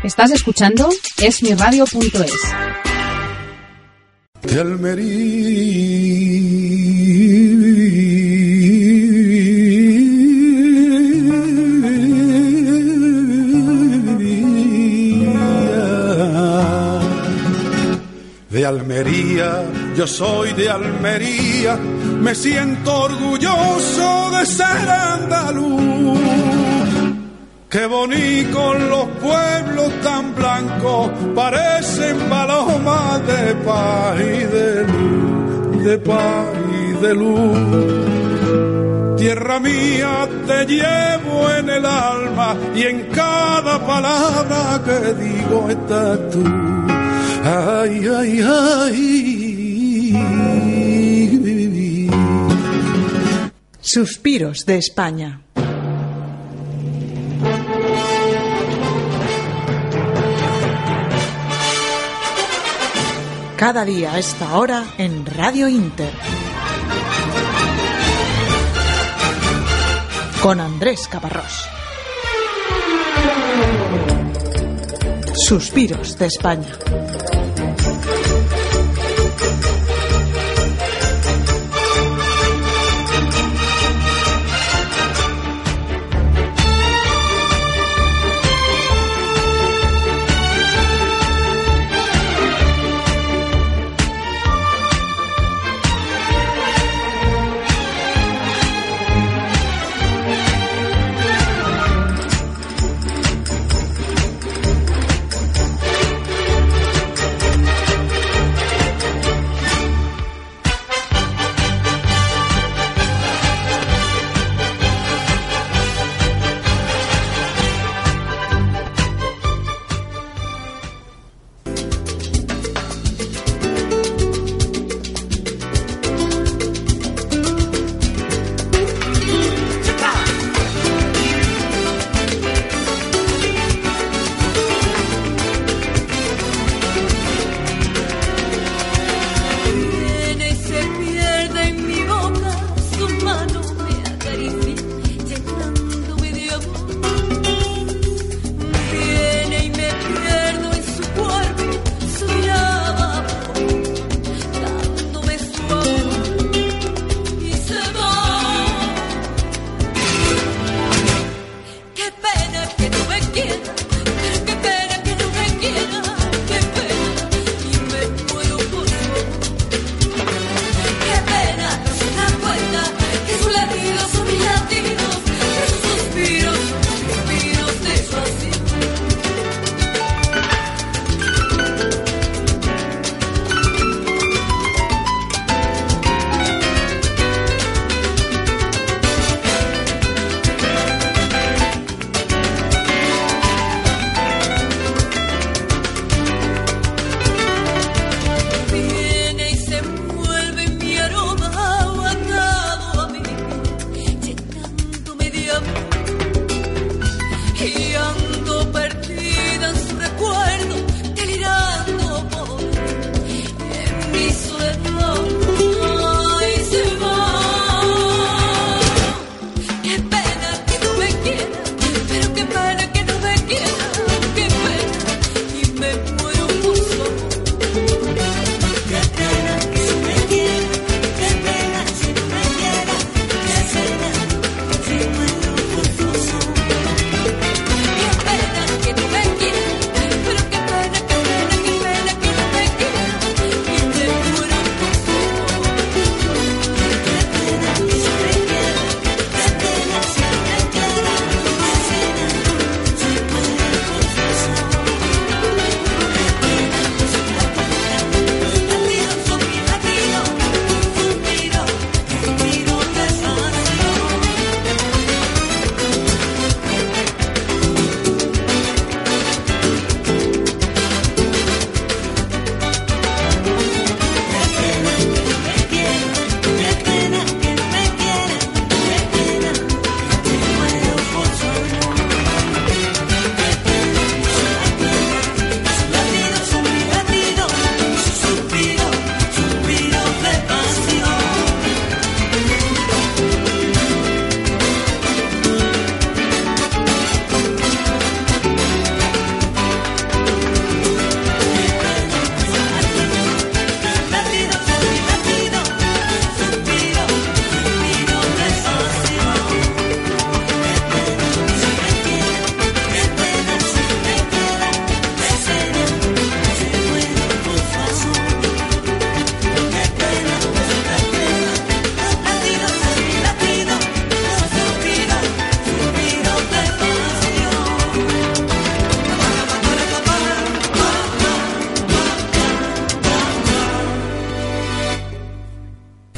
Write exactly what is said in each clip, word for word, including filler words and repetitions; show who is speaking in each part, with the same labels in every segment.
Speaker 1: Estás escuchando esmiradio punto es.
Speaker 2: De Almería, de Almería, yo soy de Almería, me siento orgulloso de ser andaluz. Qué bonito los pueblos tan blancos, parecen palomas de paz y de luz, de paz y de luz. Tierra mía, te llevo en el alma y en cada palabra que digo estás tú. Ay, ay, ay.
Speaker 3: Suspiros de España. Cada día a esta hora en Radio Inter. Con Andrés Caparrós. Suspiros de España.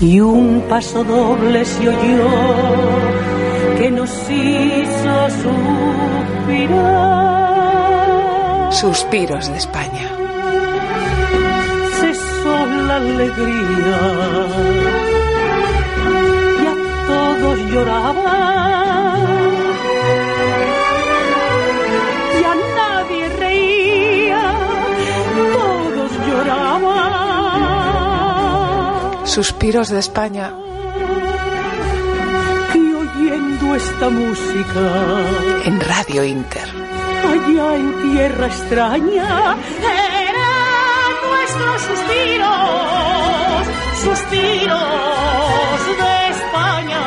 Speaker 4: y un paso doble se oyó que nos hizo suspirar.
Speaker 3: Suspiros de España.
Speaker 4: Cesó la alegría, ya todos lloraban, ya nadie reía, todos lloraban.
Speaker 3: Suspiros de España.
Speaker 4: Y oyendo esta música
Speaker 3: En Radio Inter.
Speaker 4: allá en tierra extraña, eran nuestros suspiros, suspiros de España.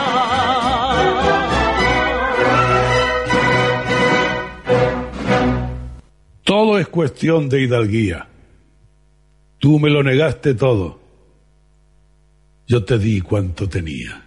Speaker 2: Todo es cuestión de hidalguía. Tú me lo negaste todo. Yo te di cuanto tenía.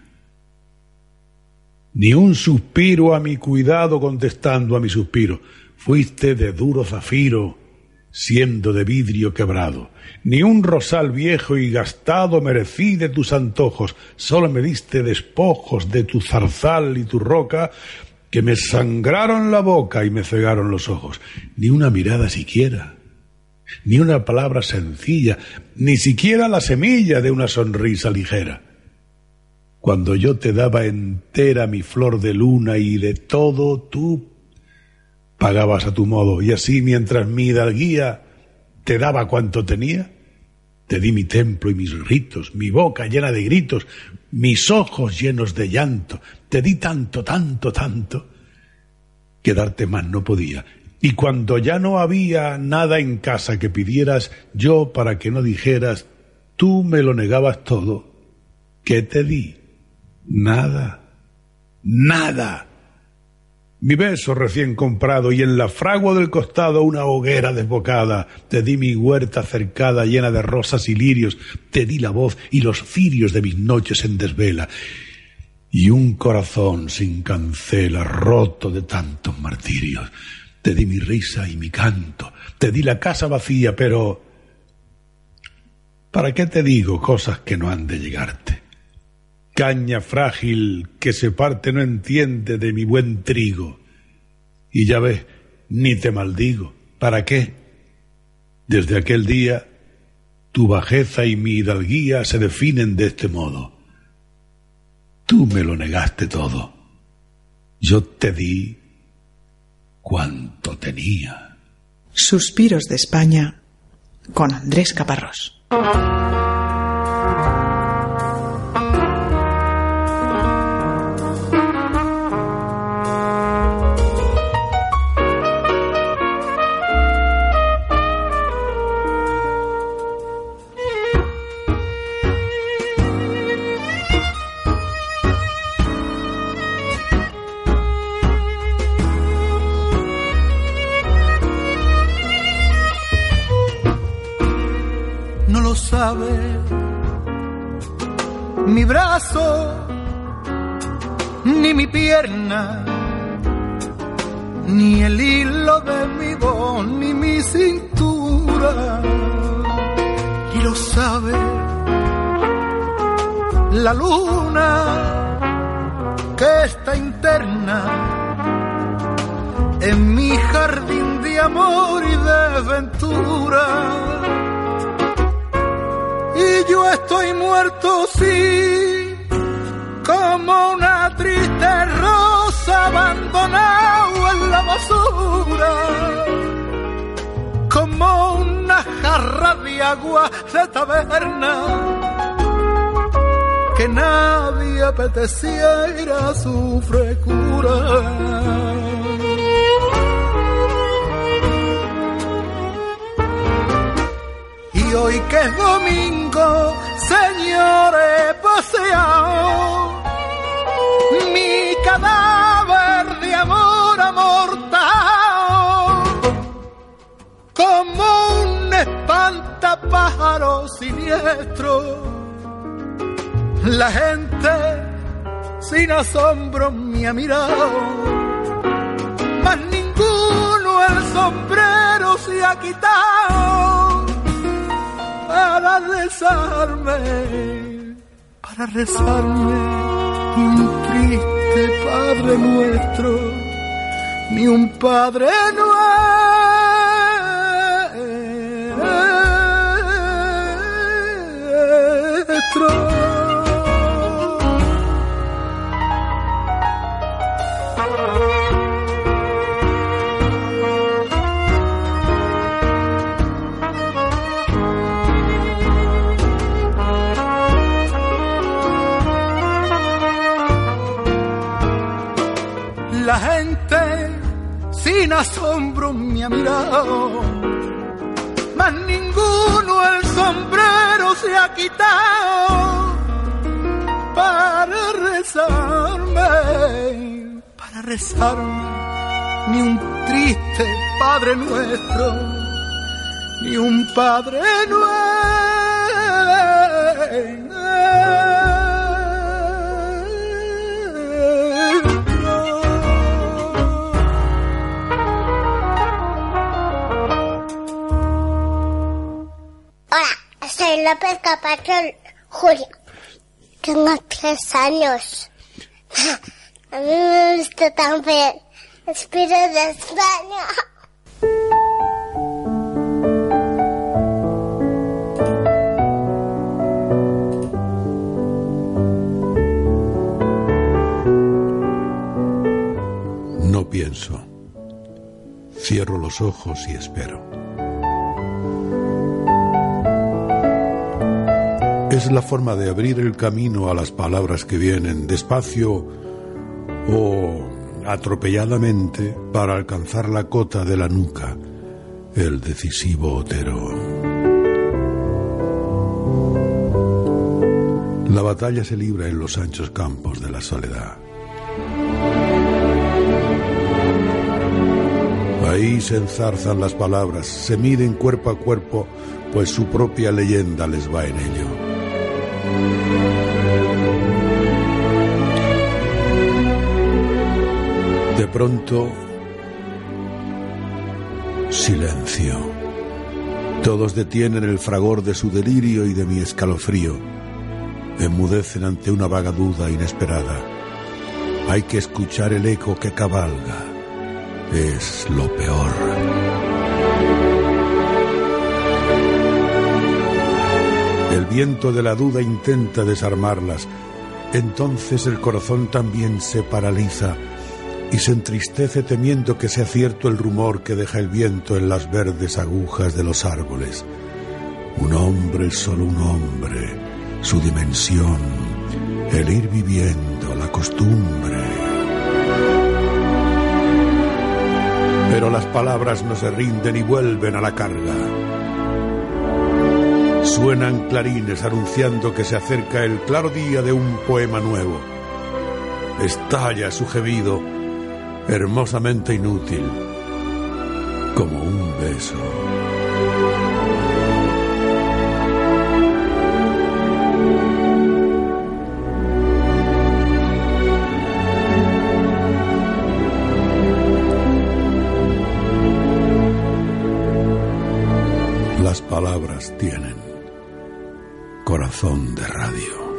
Speaker 2: Ni un suspiro a mi cuidado contestando a mi suspiro. Fuiste de duro zafiro, siendo de vidrio quebrado. Ni un rosal viejo y gastado merecí de tus antojos. Solo me diste despojos de tu zarzal y tu roca, que me sangraron la boca y me cegaron los ojos. Ni una mirada siquiera, ni una palabra sencilla, ni siquiera la semilla de una sonrisa ligera. Cuando yo te daba entera mi flor de luna y de todo, tú pagabas a tu modo. Y así, mientras mi hidalguía te daba cuanto tenía, te di mi templo y mis ritos, mi boca llena de gritos, mis ojos llenos de llanto. Te di tanto, tanto, tanto, que darte más no podía. Y cuando ya no había nada en casa que pidieras, yo, para que no dijeras, tú me lo negabas todo. ¿Qué te di? Nada, nada. Mi beso recién comprado y en la fragua del costado una hoguera desbocada. Te di mi huerta cercada llena de rosas y lirios. Te di la voz y los cirios de mis noches en desvela. Y un corazón sin cancela, roto de tantos martirios. Te di mi risa y mi canto. Te di la casa vacía, pero ¿para qué te digo cosas que no han de llegarte? Caña frágil que se parte no entiende de mi buen trigo. Y ya ves, ni te maldigo. ¿Para qué? Desde aquel día, tu bajeza y mi hidalguía se definen de este modo. Tú me lo negaste todo. Yo te di cuanto tenía.
Speaker 3: Suspiros de España con Andrés Caparrós.
Speaker 5: Mi brazo, ni mi pierna, ni el hilo de mi voz, ni mi cintura. Y lo sabe la luna que está interna en mi jardín de amor y de ventura. Y yo estoy muerto, sí, como una triste rosa abandonada en la basura, como una jarra de agua de taberna que nadie apeteciera su frescura. Y hoy que es domingo, señores, paseado mi cadáver de amor amortado, como un espantapájaro siniestro. La gente sin asombro me ha mirado, mas ninguno el sombrero se ha quitado para rezarme, para para rezarme, ni un triste Padre Nuestro, ni un Padre Nuestro. La gente sin asombro me ha mirado, mas ninguno el sombrero se ha quitado para rezarme, para rezarme, ni un triste Padre Nuestro, ni un Padre Nuestro.
Speaker 6: Soy López Capacho Julio. Tengo tres años. A mí me gusta también Espiros de España.
Speaker 2: No pienso. Cierro los ojos y espero. Es la forma de abrir el camino a las palabras que vienen despacio o atropelladamente para alcanzar la cota de la nuca, el decisivo otero. La batalla se libra en los anchos campos de la soledad. Ahí se enzarzan las palabras, se miden cuerpo a cuerpo, pues su propia leyenda les va en ello. De pronto, silencio. Todos detienen el fragor de su delirio y de mi escalofrío. Enmudecen ante una vaga duda inesperada. Hay que escuchar el eco que cabalga. Es lo peor. El viento de la duda intenta desarmarlas. Entonces el corazón también se paraliza y se entristece temiendo que sea cierto el rumor que deja el viento en las verdes agujas de los árboles. Un hombre, solo un hombre, su dimensión, el ir viviendo, la costumbre. Pero las palabras no se rinden y vuelven a la carga. Suenan clarines anunciando que se acerca el claro día de un poema nuevo. Estalla su gemido, hermosamente inútil, como un beso. Las palabras tienen corazón de radio.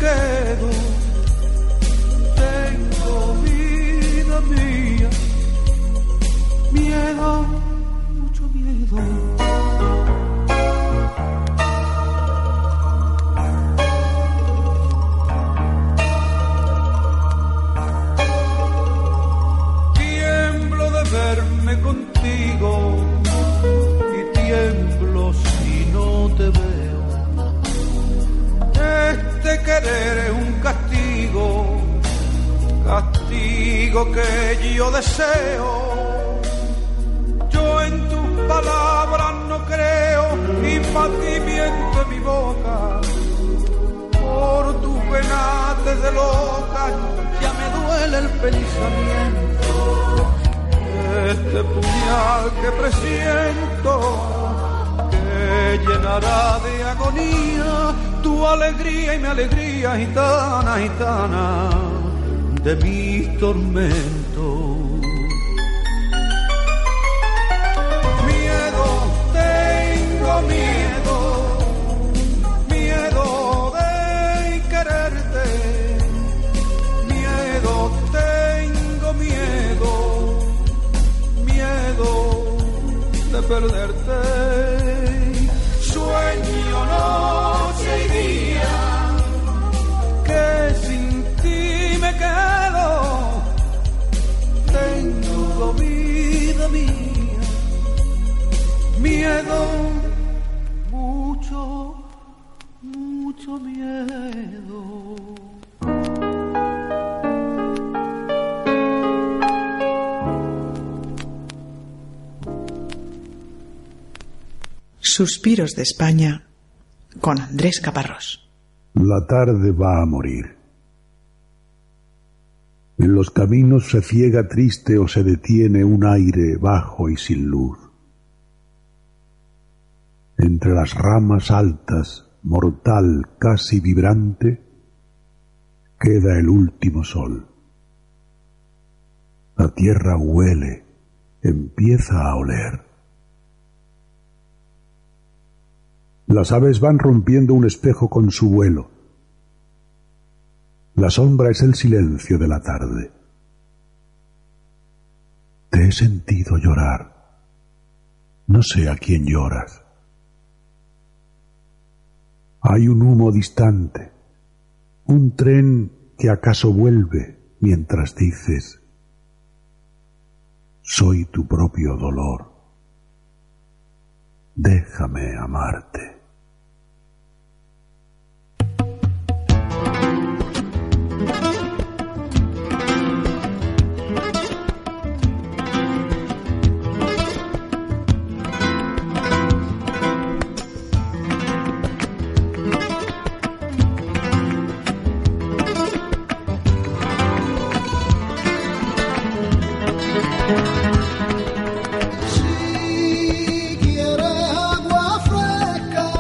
Speaker 2: quedo. Tengo vida mía, miedo, mucho miedo. Tiemblo de verme contigo y tiemblo si no te veo. Este querer es un castigo, castigo que yo deseo. Yo en tus palabras no creo, y batimiento en mi boca. Por tus penates de loca ya me duele el pensamiento. Este puñal que presiento que llenará de agonía tu alegría y mi alegría, gitana, gitana, de mis tormentos. Miedo, tengo miedo, miedo de quererte, miedo, tengo miedo, miedo de perderte. Sueño noche y día que sin ti me quedo. Tengo vida mía, miedo, mucho, mucho miedo.
Speaker 3: Suspiros de España con Andrés Caparrós.
Speaker 7: La tarde va a morir. En los caminos se ciega triste o se detiene un aire bajo y sin luz. Entre las ramas altas, mortal casi vibrante, queda el último sol. La tierra huele, empieza a oler. Las aves van rompiendo un espejo con su vuelo. La sombra es el silencio de la tarde. Te he sentido llorar. No sé a quién lloras. Hay un humo distante, un tren que acaso vuelve mientras dices: soy tu propio dolor. Déjame amarte.
Speaker 5: Si quieres agua fresca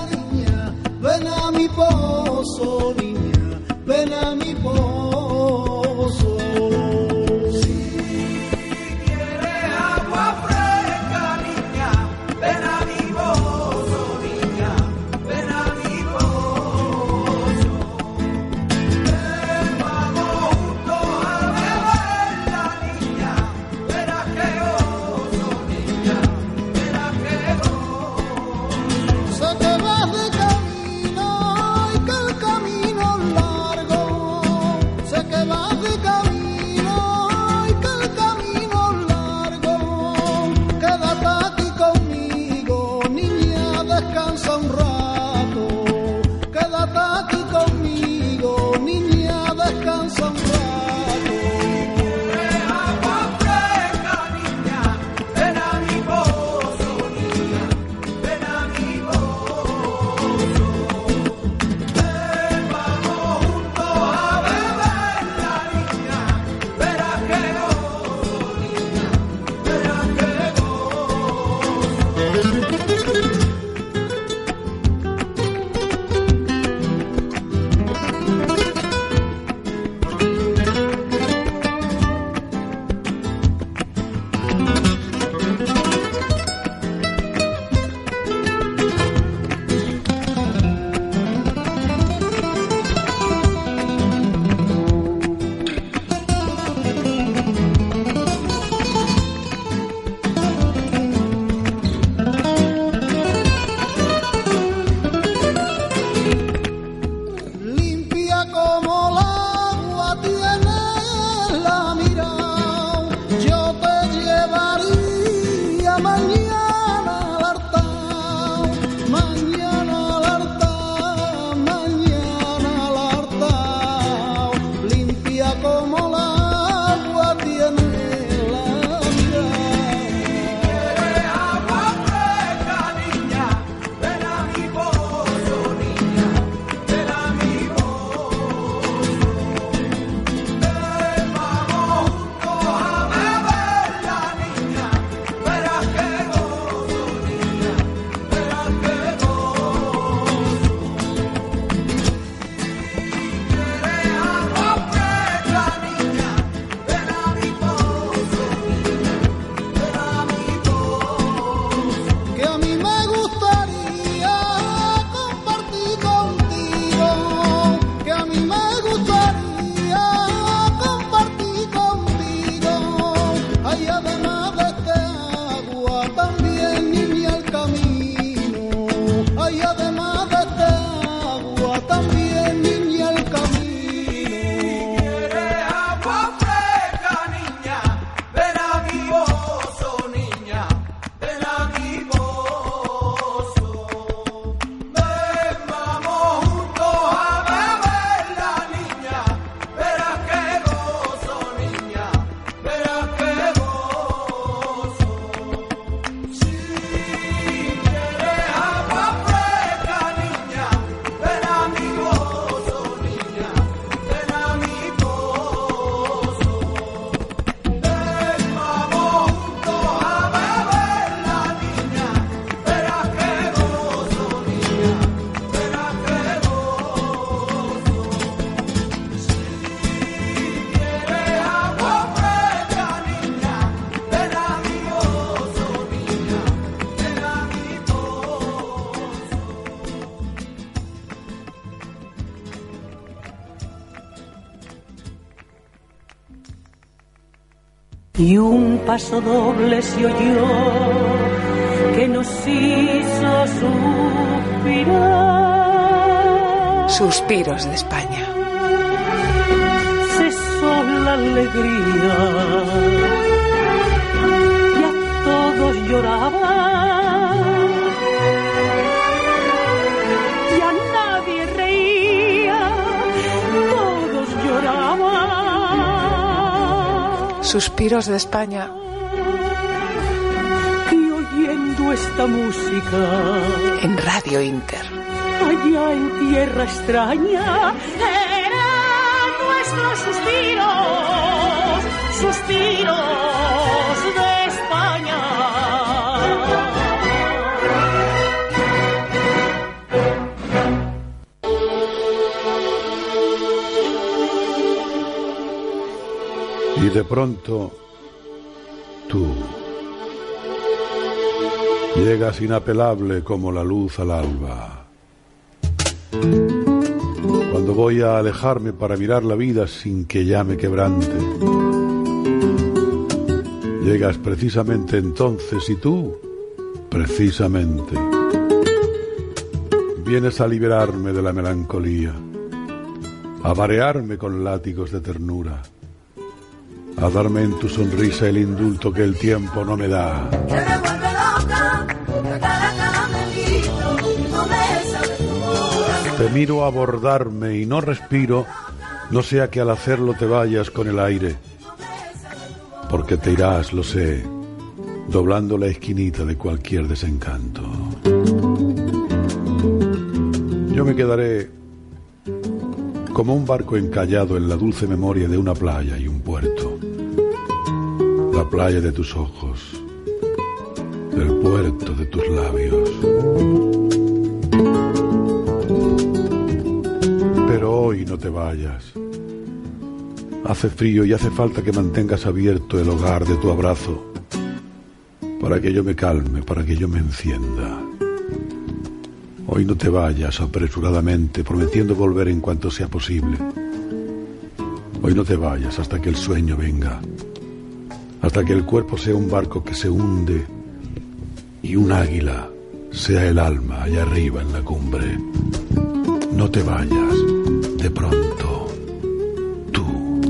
Speaker 4: Y un paso doble se oyó que nos hizo suspirar.
Speaker 3: Suspiros de España.
Speaker 4: Cesó la alegría y a todos lloraban y a nadie reía, todos lloraban.
Speaker 3: Suspiros de España.
Speaker 4: Y oyendo esta música
Speaker 3: En Radio Inter.
Speaker 4: allá en tierra extraña eran nuestros suspiros, suspiros de España.
Speaker 7: Y de pronto, tú llegas inapelable como la luz al alba. Cuando voy a alejarme para mirar la vida sin que ya me quebrante, llegas precisamente entonces y tú, precisamente, vienes a liberarme de la melancolía, a marearme con látigos de ternura, a darme en tu sonrisa el indulto que el tiempo no me da.
Speaker 8: Que me vuelve loca, la cara caramelito, no me sabe tu corazón.
Speaker 7: Te miro abordarme y no respiro, no sea que al hacerlo te vayas con el aire, porque te irás, lo sé, doblando la esquinita de cualquier desencanto. Yo me quedaré como un barco encallado en la dulce memoria de una playa y un puerto. La playa de tus ojos, el puerto de tus labios. Pero hoy no te vayas. Hace frío y hace falta que mantengas abierto el hogar de tu abrazo, para que yo me calme, para que yo me encienda. Hoy no te vayas apresuradamente, prometiendo volver en cuanto sea posible. Hoy no te vayas hasta que el sueño venga, hasta que el cuerpo sea un barco que se hunde y un águila sea el alma allá arriba en la cumbre. No te vayas, de pronto, tú.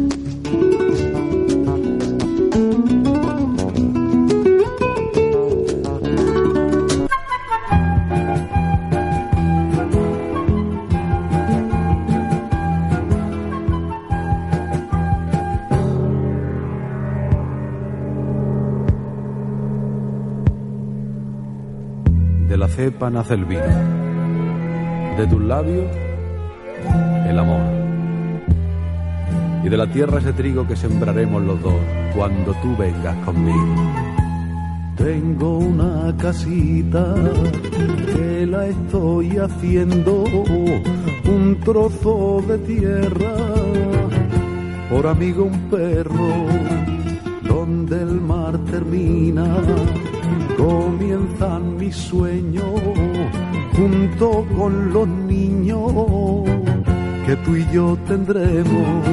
Speaker 9: De la cepa nace el vino, de tus labios el amor, y de la tierra ese trigo que sembraremos los dos cuando tú vengas conmigo.
Speaker 5: Tengo una casita que la estoy haciendo, un trozo de tierra, por amigo un perro, donde el mar termina, comienzan mis sueños, junto con los niños que tú y yo tendremos.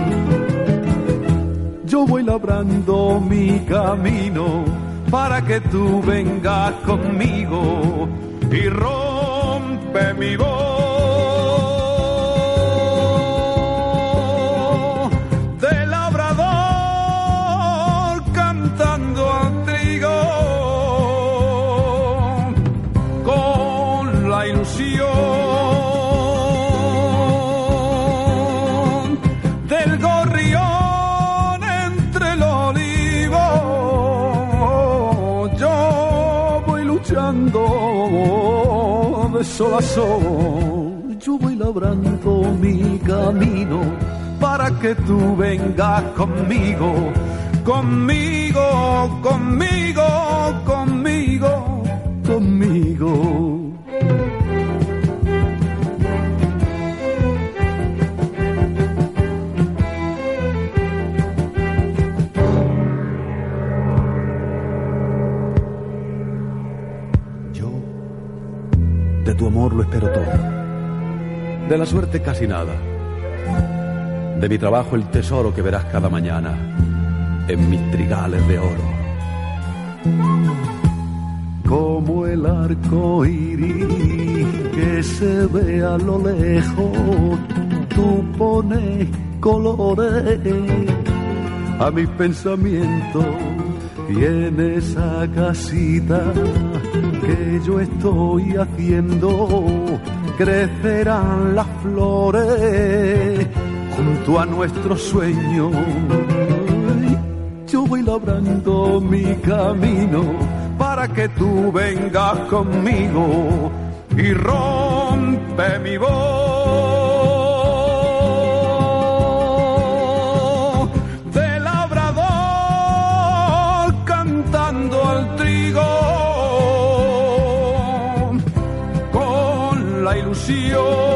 Speaker 5: Yo voy labrando mi camino para que tú vengas conmigo y rompe mi voz de labrador cantando al trigo con la ilusión del gorrión entre el olivo. Yo voy luchando de sol a sol, yo voy labrando mi camino para que tú vengas conmigo, conmigo, conmigo, conmigo, conmigo.
Speaker 9: De tu amor lo espero todo, de la suerte casi nada, de mi trabajo el tesoro que verás cada mañana, en mis trigales de oro.
Speaker 5: Como el arco iris que se ve a lo lejos, tú pones colores a mis pensamientos y en esa casita que yo estoy haciendo crecerán las flores junto a nuestro sueño. Yo voy labrando mi camino para que tú vengas conmigo y rompe mi voz de labrador cantando al trigo con la ilusión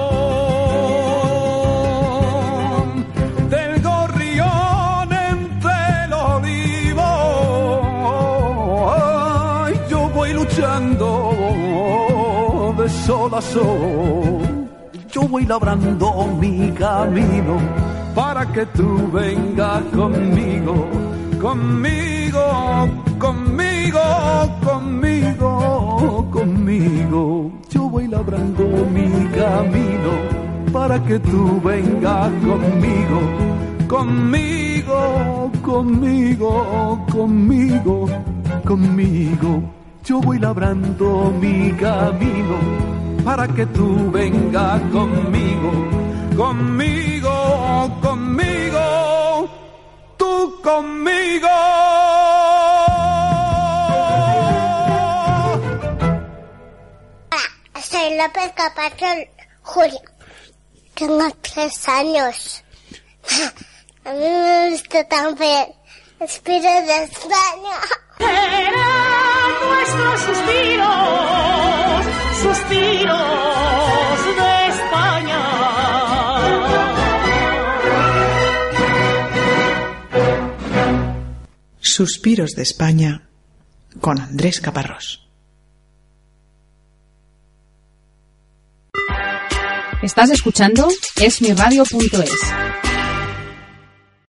Speaker 5: de sol a sol. Yo voy labrando mi camino para que tú vengas conmigo, conmigo, conmigo, conmigo, conmigo. Yo voy labrando mi camino para que tú vengas conmigo, conmigo, conmigo, conmigo, conmigo. Yo voy labrando mi camino para que tú vengas conmigo, conmigo, conmigo, tú conmigo.
Speaker 6: Hola, soy López Capacho Julio. Tengo tres años. A mí me gusta también Suspiros de España.
Speaker 4: Eran nuestros suspiros, suspiros de España.
Speaker 3: Suspiros de España con Andrés Caparrós.
Speaker 1: Estás escuchando es mi radio punto es.